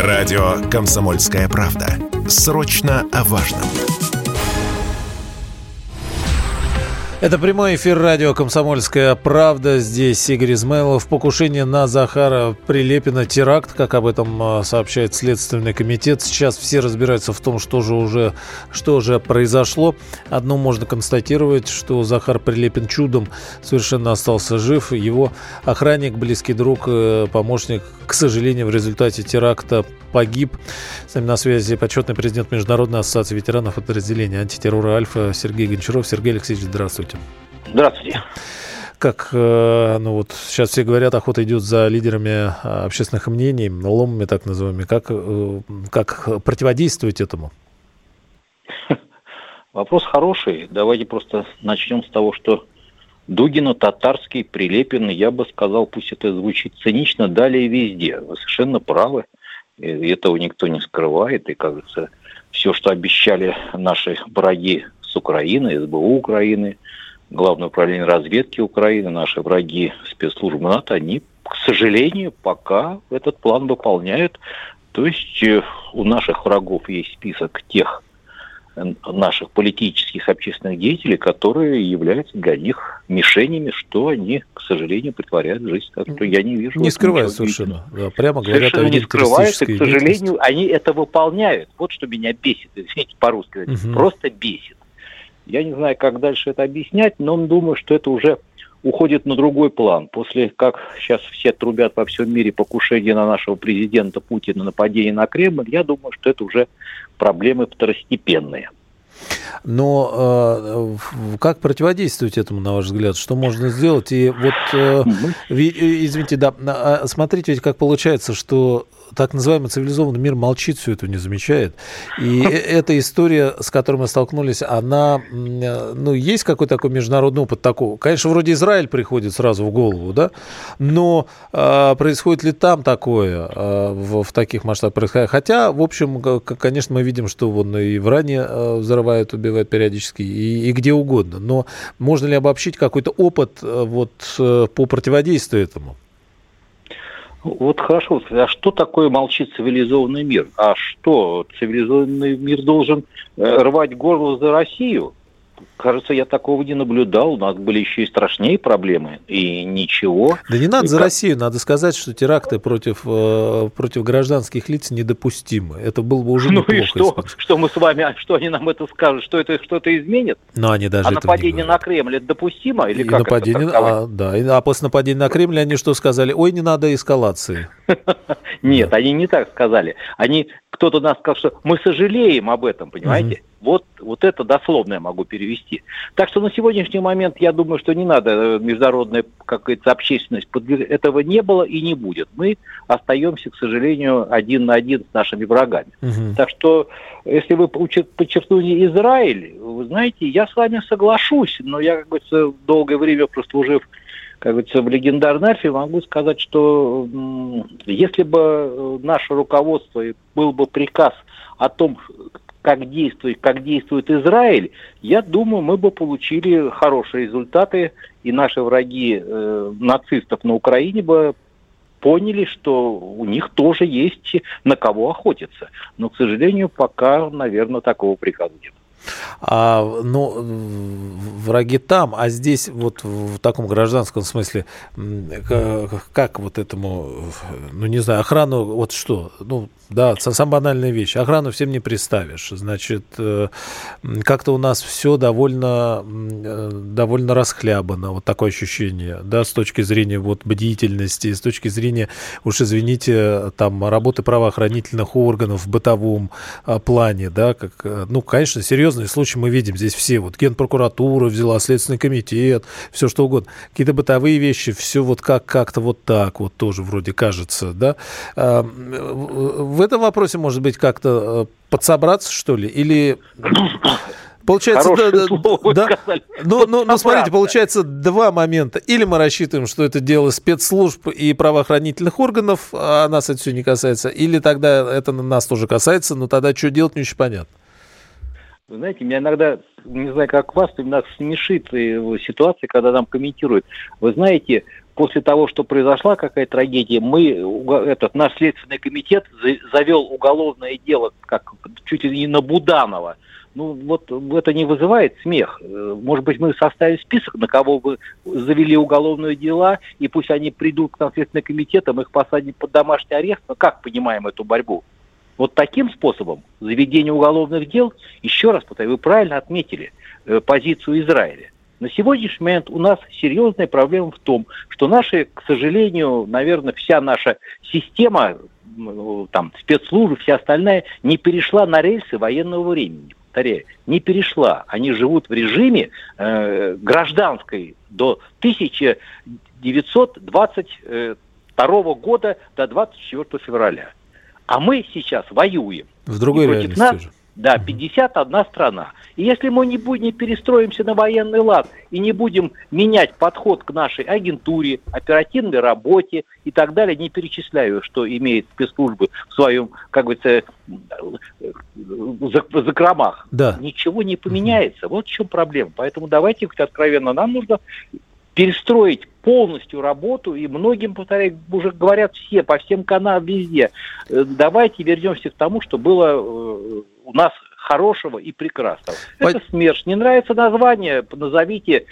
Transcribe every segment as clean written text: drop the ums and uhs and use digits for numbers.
Радио «Комсомольская правда». Срочно о важном. Это прямой эфир радио «Комсомольская правда». Здесь Игорь Измайлов. Покушение на Захара Прилепина, теракт, как об этом сообщает Следственный комитет. Сейчас все разбираются в том, что же произошло. Одно можно констатировать, что Захар Прилепин чудом совершенно остался жив. Его охранник, близкий друг, помощник, к сожалению, в результате теракта погиб. С нами на связи почетный президент Международной ассоциации ветеранов подразделения антитеррора «Альфа» Сергей Гончаров. Сергей Алексеевич, здравствуйте. Здравствуйте. Как, сейчас все говорят, охота идет за лидерами общественных мнений, ломами так называемыми. Как противодействовать этому? Вопрос хороший. Давайте просто начнем с того, что Дугина, Татарский, Прилепин, я бы сказал, пусть это звучит цинично, далее везде. Вы совершенно правы. И этого никто не скрывает. И, кажется, все, что обещали наши враги с Украины, СБУ Украины, Главное управление разведки Украины, наши враги спецслужбы НАТО, они, к сожалению, пока этот план выполняют. То есть у наших врагов есть список тех наших политических, общественных деятелей, которые являются для них мишенями, что они, к сожалению, притворяют в жизнь. Так что я не вижу... Не скрывают совершенно. Да, прямо говорят совершенно не скрываются, к сожалению, они это выполняют. Вот что меня бесит, извините, по-русски, просто бесит. Я не знаю, как дальше это объяснять, но думаю, что это уже уходит на другой план. После, как сейчас все трубят во всем мире, покушение на нашего президента Путина, нападение на Кремль, я думаю, что это уже проблемы второстепенные. Но как противодействовать этому, на ваш взгляд? Что можно сделать? И вот, извините, да, смотрите, ведь как получается, что так называемый цивилизованный мир молчит, все это не замечает. И эта история, с которой мы столкнулись, она, есть какой-то такой международный опыт такого? Конечно, вроде Израиль приходит сразу в голову, да? Но происходит ли там такое в таких масштабах происходит? Хотя, в общем, конечно, мы видим, что вон и в Иране взрывают, убивают периодически, и где угодно. Но можно ли обобщить какой-то опыт по противодействию этому? Вот хорошо. А что такое молчит цивилизованный мир? А что, цивилизованный мир должен рвать горло за Россию? Кажется, я такого не наблюдал. У нас были еще и страшнее проблемы. И ничего. Да не надо за Россию. Надо сказать, что теракты против гражданских лиц недопустимы. Это было бы уже неплохо. И что? Что мы с вами, что они нам это скажут? Что это что-то изменит? Но они даже нападение на Кремль это допустимо? Или и как нападение, это после нападения на Кремль они что сказали? Ой, не надо эскалации. Нет, они не так сказали. Кто-то нас сказал, что мы сожалеем об этом, понимаете? Вот это дословно я могу перевести. Так что на сегодняшний момент я думаю, что не надо международная, как говорится, общественность, этого не было и не будет. Мы остаемся, к сожалению, один на один с нашими врагами. Так что, если вы подчеркнули Израиль, вы знаете, я с вами соглашусь, но я, как говорится, долгое время прослужив, как говорится, в легендарной Альфе, могу сказать, что если бы наше руководство, был бы приказ о том, как действует Израиль, я думаю, мы бы получили хорошие результаты, и наши враги нацистов на Украине бы поняли, что у них тоже есть на кого охотиться. Но, к сожалению, пока, наверное, такого приказа нет. Враги там, а здесь вот в таком гражданском смысле, как вот этому, не знаю, охрану, вот что, самая банальная вещь, охрану всем не представишь, значит, как-то у нас все довольно расхлябано, вот такое ощущение, да, с точки зрения бдительности, с точки зрения, уж извините, там, работы правоохранительных органов в бытовом плане, да, конечно, серьезные случаи мы видим здесь все, Генпрокуратура взяла, Следственный комитет, все что угодно, какие-то бытовые вещи, все как-то так тоже вроде кажется, да. В этом вопросе, может быть, как-то подсобраться, что ли, или... Получается, смотрите, получается два момента. Или мы рассчитываем, что это дело спецслужб и правоохранительных органов, а нас это все не касается, или тогда это нас тоже касается, но тогда что делать, не очень понятно. Вы знаете, меня иногда, не знаю, как вас, иногда смешит ситуация, когда нам комментируют. Вы знаете, после того, что произошла какая-то трагедия, наш Следственный комитет завел уголовное дело чуть ли не на Буданова. Вот это не вызывает смех. Может быть, мы составим список, на кого вы завели уголовные дела, и пусть они придут к нам в Следственный комитет, их посадят под домашний арест. Но как понимаем эту борьбу? Вот таким способом заведение уголовных дел, еще раз повторяю, вы правильно отметили позицию Израиля. На сегодняшний момент у нас серьезная проблема в том, что к сожалению, наверное, вся наша система, спецслужбы, вся остальная, не перешла на рельсы военного времени. Повторяю, не перешла. Они живут в режиме гражданской до 1922 года до 24 февраля. А мы сейчас воюем. В другой реальности нас, уже. Да, 51 страна. И если мы не перестроимся на военный лад и не будем менять подход к нашей агентуре, оперативной работе и так далее, не перечисляю, что имеет спецслужбы в своем, закромах, ничего не поменяется. Вот в чем проблема. Поэтому давайте говорить откровенно, нам нужно перестроить полностью работу, и многим, повторяю, уже говорят все, по всем каналам, везде. Давайте вернемся к тому, что было у нас хорошего и прекрасного. Это СМЕРШ. Не нравится название, назовите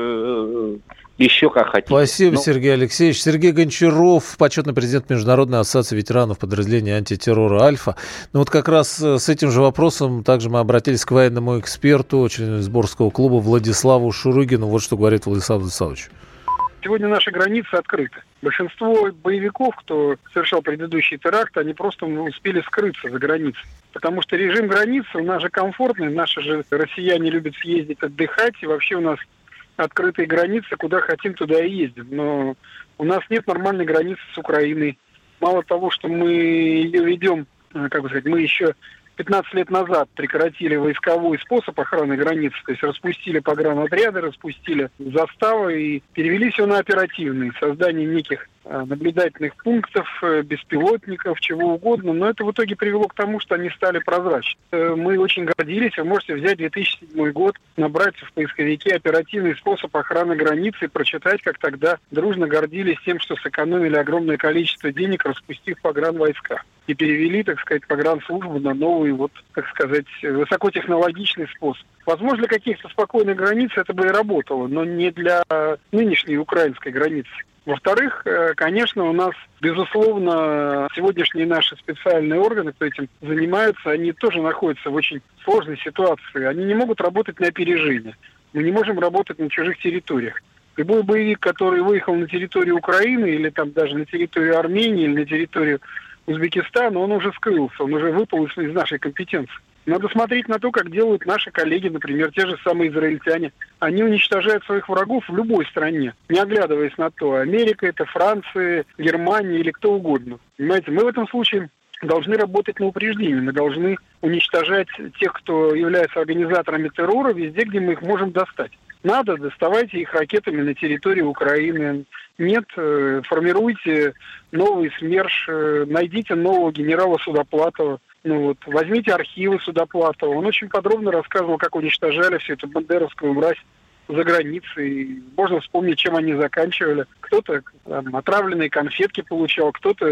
еще как хотите. Спасибо, Сергей Алексеевич. Сергей Гончаров, почетный президент Международной ассоциации ветеранов подразделения антитеррора «Альфа». Вот как раз с этим же вопросом также мы обратились к военному эксперту, члену Сборского клуба Владиславу Шурыгину. Вот что говорит Владислав Владиславович. Сегодня наши границы открыты. Большинство боевиков, кто совершал предыдущий теракт, они просто успели скрыться за границей. Потому что режим границы у нас же комфортный, наши же россияне любят съездить отдыхать, и вообще у нас открытые границы, куда хотим, туда и ездим. Но у нас нет нормальной границы с Украиной. Мало того, что мы ее ведем, мы еще 15 лет назад прекратили войсковой способ охраны границ, то есть распустили погранотряды, распустили заставы и перевели все на оперативный, создание неких наблюдательных пунктов, беспилотников, чего угодно, но это в итоге привело к тому, что они стали прозрачны. Мы очень гордились, вы можете взять 2007 год, набрать в поисковике оперативный способ охраны границы и прочитать, как тогда дружно гордились тем, что сэкономили огромное количество денег, распустив погранвойска. И перевели, погранслужбу на новый, высокотехнологичный способ. Возможно, для каких-то спокойных границ это бы и работало, но не для нынешней украинской границы. Во-вторых, конечно, у нас, безусловно, сегодняшние наши специальные органы, кто этим занимаются, они тоже находятся в очень сложной ситуации. Они не могут работать на опережение. Мы не можем работать на чужих территориях. Любой боевик, который выехал на территорию Украины или даже на территорию Армении или на территорию Узбекистана, он уже скрылся, он уже выпал из нашей компетенции. Надо смотреть на то, как делают наши коллеги, например, те же самые израильтяне. Они уничтожают своих врагов в любой стране, не оглядываясь на то, Америка это, Франция, Германия или кто угодно. Понимаете, мы в этом случае должны работать на упреждение, мы должны уничтожать тех, кто является организаторами террора, везде, где мы их можем достать. Надо, доставайте их ракетами на территории Украины. Нет, формируйте новый СМЕРШ, найдите нового генерала Судоплатова. Возьмите архивы Судоплатова. Он очень подробно рассказывал, как уничтожали всю эту бандеровскую мразь за границей. Можно вспомнить, чем они заканчивали. Кто-то отравленные конфетки получал, кто-то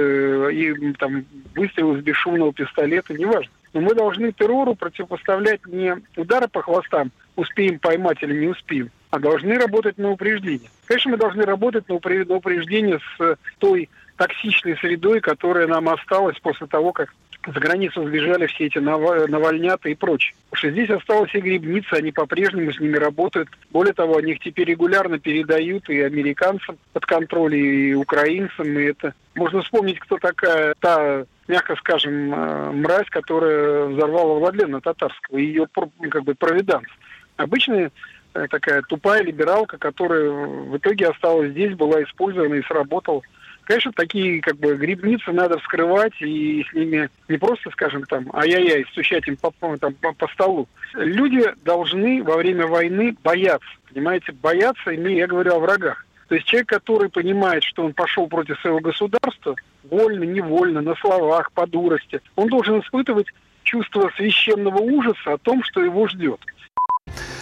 выстрел из бесшумного пистолета, неважно. Но мы должны террору противопоставлять не удары по хвостам, успеем поймать или не успеем, а должны работать на упреждение. Конечно, мы должны работать на упреждение с той токсичной средой, которая нам осталась после того, как за границу сбежали все эти навальнята и прочее. Потому что здесь осталась и грибница, они по-прежнему с ними работают. Более того, они их теперь регулярно передают и американцам под контроль, и украинцам. И это можно вспомнить, кто такая та, мягко скажем, мразь, которая взорвала Владлена Татарского, и ее провиданс. Обычная такая тупая либералка, которая в итоге осталась здесь, была использована и сработала. Конечно, такие грибницы надо вскрывать и с ними не просто, ай-яй-яй, стучать им по столу. Люди должны во время войны бояться, понимаете, бояться, я говорю о врагах. То есть человек, который понимает, что он пошел против своего государства, вольно, невольно, на словах, по дурости, он должен испытывать чувство священного ужаса о том, что его ждет.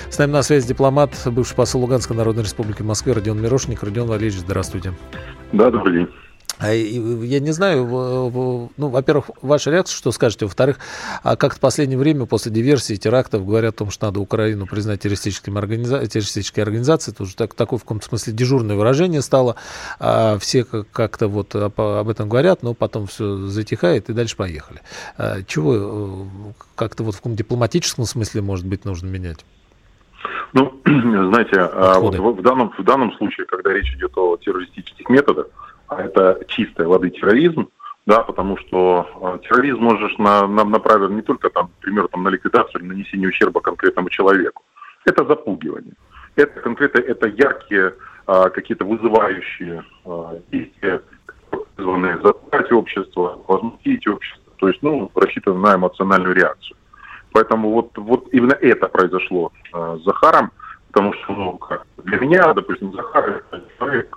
С нами на связи дипломат, бывший посол Луганской Народной Республики в Москве Родион Мирошник. Родион Валерьевич, здравствуйте. Да, добрый день. Я не знаю, во-первых, ваша реакция, что скажете, во-вторых, как-то в последнее время после диверсий, терактов говорят о том, что надо Украину признать террористической организацией, это уже такое в каком-то смысле дежурное выражение стало, все как-то вот об этом говорят, но потом все затихает и дальше поехали. Чего как-то вот в каком дипломатическом смысле, может быть, нужно менять? Ну, знаете, вот в данном случае, когда речь идет о террористических методах, а это чистой воды терроризм, да, потому что терроризм можешь направлен не только, например, на ликвидацию или нанесение ущерба конкретному человеку. Это запугивание. Это яркие, какие-то вызывающие действия, вызванные запугать общество, возмутить общество, то есть, рассчитаны на эмоциональную реакцию. Поэтому вот именно это произошло с Захаром, потому что, для меня, допустим, Захар — это человек,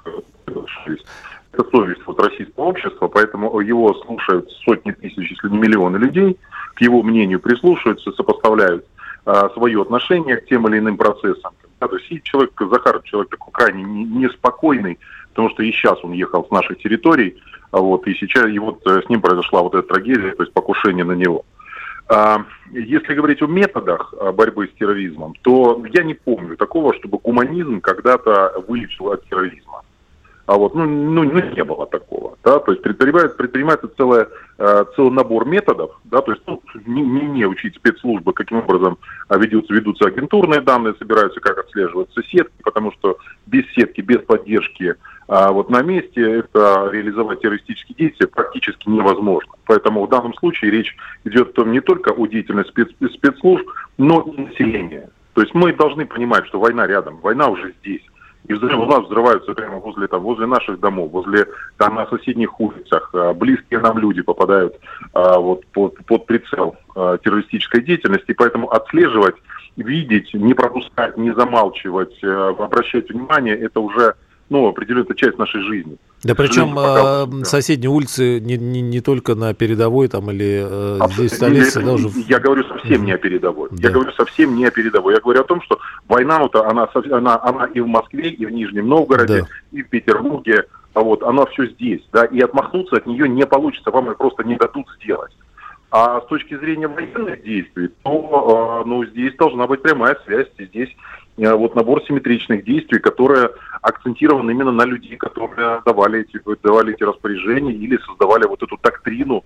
это совесть российского общества, поэтому его слушают сотни тысяч, если не миллионы людей, к его мнению прислушиваются, сопоставляют свое отношение к тем или иным процессам. Да, то есть Захар — человек такой крайне неспокойный, потому что и сейчас он ехал с наших территорий, и сейчас с ним произошла вот эта трагедия, то есть покушение на него. Если говорить о методах борьбы с терроризмом, то я не помню такого, чтобы гуманизм когда-то вылечил от терроризма. Не было такого. Да? То есть предпринимается целый набор методов, да? То есть не учить спецслужбы, каким образом ведутся агентурные данные, собираются, как отслеживаются сетки, потому что без сетки, без поддержки на месте это реализовать террористические действия практически невозможно. Поэтому в данном случае речь идет не только о деятельности спецслужб, но и населения. То есть мы должны понимать, что война рядом, война уже здесь. И у нас взрываются прямо возле наших домов, на соседних улицах. Близкие нам люди попадают под прицел террористической деятельности. Поэтому отслеживать, видеть, не пропускать, не замалчивать, обращать внимание — это уже определенная часть нашей жизни. Да, причем соседние улицы не только на передовой или здесь в столице. Я говорю совсем не о передовой. Да. Я говорю совсем не о передовой. Я говорю о том, что война-то, она и в Москве, и в Нижнем Новгороде, да, и в Петербурге. Она все здесь. Да, и отмахнуться от нее не получится. Вам ее просто не дадут сделать. А с точки зрения военных действий, то здесь должна быть прямая связь. Здесь набор симметричных действий, которые акцентированы именно на людей, которые давали эти распоряжения или создавали эту доктрину,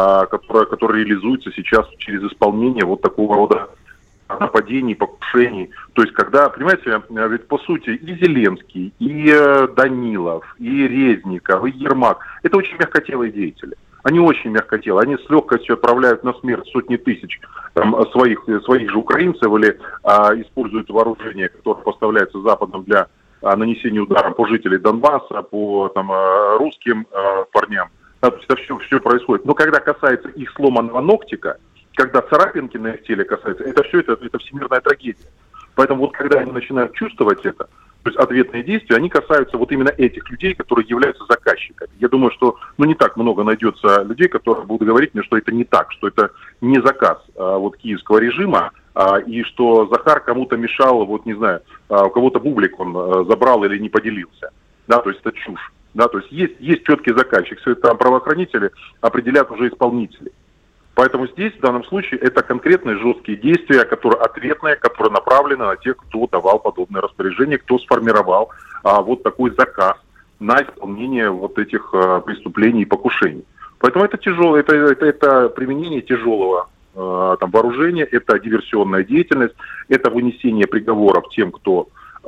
которая реализуется сейчас через исполнение такого рода нападений, покушений. То есть, понимаете, ведь по сути и Зеленский, и Данилов, и Резников, и Ермак — это очень мягкотелые деятели. Они очень мягкотелые, они с легкостью отправляют на смерть сотни тысяч своих же украинцев или используют вооружение, которое поставляется Западом для нанесения удара по жителям Донбасса, по русским парням. Да, то есть это все происходит. Но когда касается их сломанного ногтика, когда царапинки на их теле касаются, это всемирная трагедия. Поэтому когда они начинают чувствовать это, то есть ответные действия, они касаются именно этих людей, которые являются заказчиками. Я думаю, что не так много найдется людей, которые будут говорить мне, что это не так, что это не заказ киевского режима, и что Захар кому-то мешал, у кого-то бублик он забрал или не поделился. Да, то есть это чушь. Да, то есть есть четкий заказчик, все это правоохранители определят уже исполнители. Поэтому здесь, в данном случае, это конкретные жесткие действия, которые ответные, которые направлены на тех, кто давал подобные распоряжения, кто сформировал такой заказ на исполнение этих преступлений и покушений. Поэтому это тяжелое, это применение тяжелого вооружения, это диверсионная деятельность, это вынесение приговоров тем, кто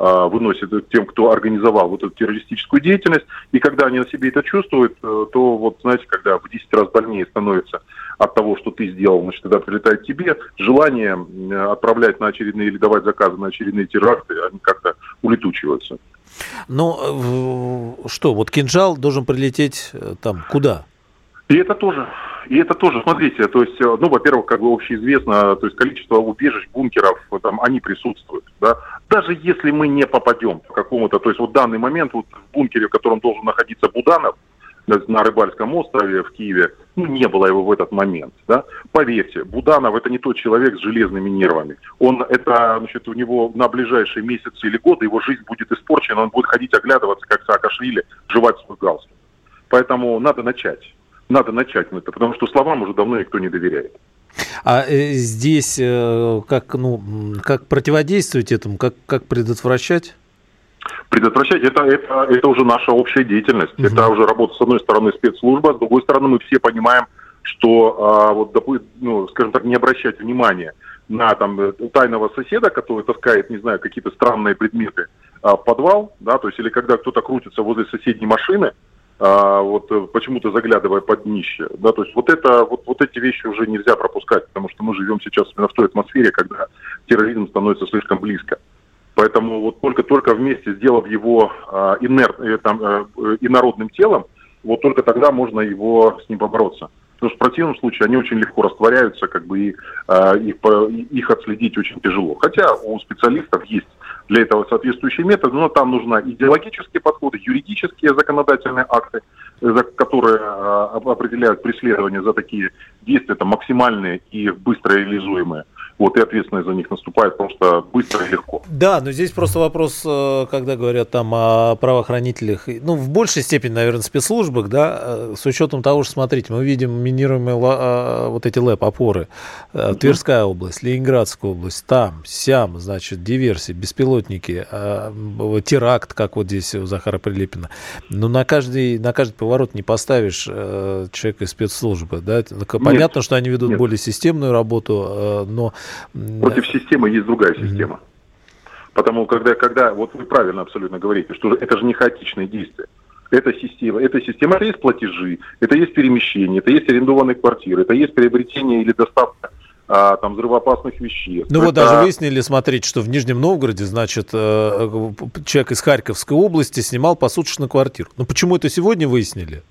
организовал эту террористическую деятельность. И когда они на себе это чувствуют, то, когда в 10 раз больнее становится от того, что ты сделал, когда прилетает тебе, желание отправлять на очередные или давать заказы на очередные теракты, они как-то улетучиваются. Кинжал должен прилететь куда? И это тоже, смотрите, то есть, во-первых, общеизвестно, то есть количество убежищ, бункеров, они присутствуют, да. Даже если мы не попадем по какому-то, то есть в данный момент в бункере, в котором должен находиться Буданов, на Рыбальском острове в Киеве, не было его в этот момент. Да? Поверьте, Буданов это не тот человек с железными нервами. У него на ближайшие месяцы или годы его жизнь будет испорчена, он будет ходить оглядываться, как Саакашвили, жевать свой галстук. Поэтому надо начать это, потому что словам уже давно никто не доверяет. А здесь как противодействовать этому, как предотвращать? Предотвращать это уже наша общая деятельность. Uh-huh. Это уже работа, с одной стороны, спецслужба, с другой стороны, мы все понимаем, что не обращать внимания на тайного соседа, который таскает, какие-то странные предметы в подвал, да, то есть или когда кто-то крутится возле соседней машины, почему-то заглядывая под днище, да, то есть эти вещи уже нельзя пропускать, потому что мы живем сейчас именно в той атмосфере, когда терроризм становится слишком близко. Поэтому только вместе, сделав его инородным телом, только тогда можно с ним побороться. Потому что в противном случае они очень легко растворяются, и их отследить очень тяжело. Хотя у специалистов есть для этого соответствующие методы, но там нужны идеологические подходы, юридические законодательные акты, которые определяют преследование за такие действия, максимальные и быстро реализуемые. И ответственность за них наступает просто быстро и легко. Да, но здесь просто вопрос, когда говорят о правоохранителях, в большей степени, наверное, спецслужбах, да, с учетом того, что, смотрите, мы видим минируемые эти ЛЭП-опоры, Тверская область, Ленинградская область, там, сям, диверсии, беспилотники, теракт, как здесь у Захара Прилепина. Но на каждый поворот не поставишь человека из спецслужбы, да. Понятно, что они ведут более системную работу, но... Против системы есть другая система. Потому когда вы правильно абсолютно говорите, что это же не хаотичные действия. Это система, это есть платежи, это есть перемещение, это есть арендованные квартиры, это есть приобретение или доставка взрывоопасных веществ. Даже выяснили, смотрите, что в Нижнем Новгороде, человек из Харьковской области снимал посуточно квартиру. Почему это сегодня выяснили?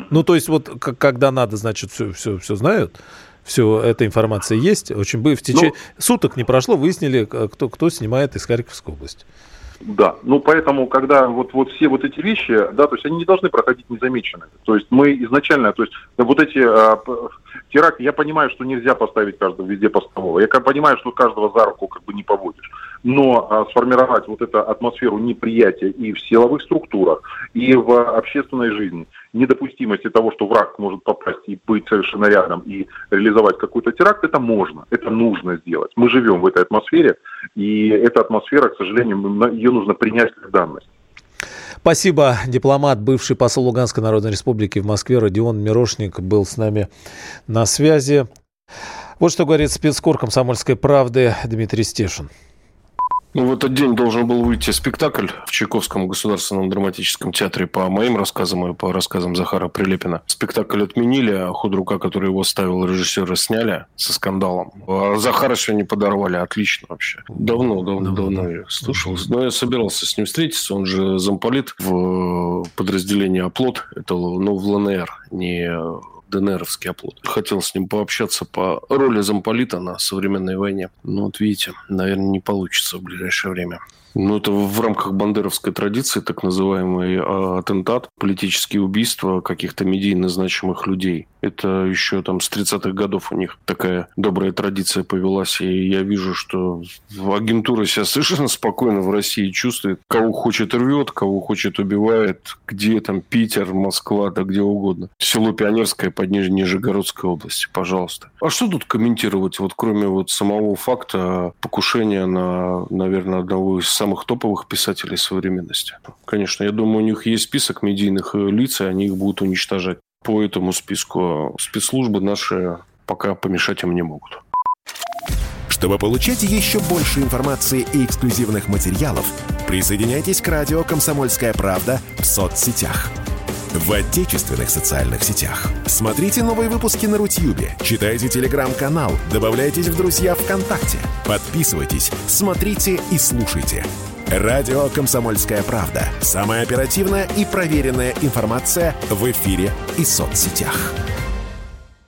Когда надо, все знают. Все, эта информация есть. В течение суток не прошло, выяснили, кто снимает из Харьковской области. Да, поэтому, когда все эти вещи, да, то есть они не должны проходить незамеченными. То есть мы изначально, теракты, я понимаю, что нельзя поставить каждого везде постового. Я понимаю, что каждого за руку не поводишь. Но сформировать эту атмосферу неприятия и в силовых структурах, и в общественной жизни, недопустимости того, что враг может попасть и быть совершенно рядом, и реализовать какой-то теракт, это можно, это нужно сделать. Мы живем в этой атмосфере, и эта атмосфера, к сожалению, ее нужно принять как данность. Спасибо. Дипломат, бывший посол Луганской Народной Республики в Москве Родион Мирошник был с нами на связи. Вот что говорит спецкор «Комсомольской правды» Дмитрий Стешин. В этот день должен был выйти спектакль в Чайковском государственном драматическом театре по моим рассказам и по рассказам Захара Прилепина. Спектакль отменили, а худрука, который его ставил, режиссера, сняли со скандалом. А Захара сегодня подорвали. Отлично вообще. Давно я слушал. Но я собирался с ним встретиться. Он же замполит в подразделении «Оплот». Это в ЛНР, не ДНРовский оплот. Хотел с ним пообщаться по роли замполита на современной войне. Видите, наверное, не получится в ближайшее время. Это в рамках бандеровской традиции, так называемый атентат, политические убийства каких-то медийно значимых людей. Это еще с 30-х годов у них такая добрая традиция повелась. И я вижу, что агентура себя совершенно спокойно в России чувствует. Кого хочет рвет, кого хочет убивает. Где Питер, Москва, да где угодно. Село Пионерское под Нижегородской области, пожалуйста. А что тут комментировать, кроме самого факта покушения на, наверное, одного из самых топовых писателей современности? Конечно, я думаю, у них есть список медийных лиц, и они их будут уничтожать. По этому списку спецслужбы наши пока помешать им не могут. Чтобы получать еще больше информации и эксклюзивных материалов, присоединяйтесь к радио «Комсомольская правда» в соцсетях. В отечественных социальных сетях. Смотрите новые выпуски на Рутьюбе, читайте телеграм-канал, добавляйтесь в друзья ВКонтакте, подписывайтесь, смотрите и слушайте. Радио «Комсомольская правда». Самая оперативная и проверенная информация в эфире и соцсетях.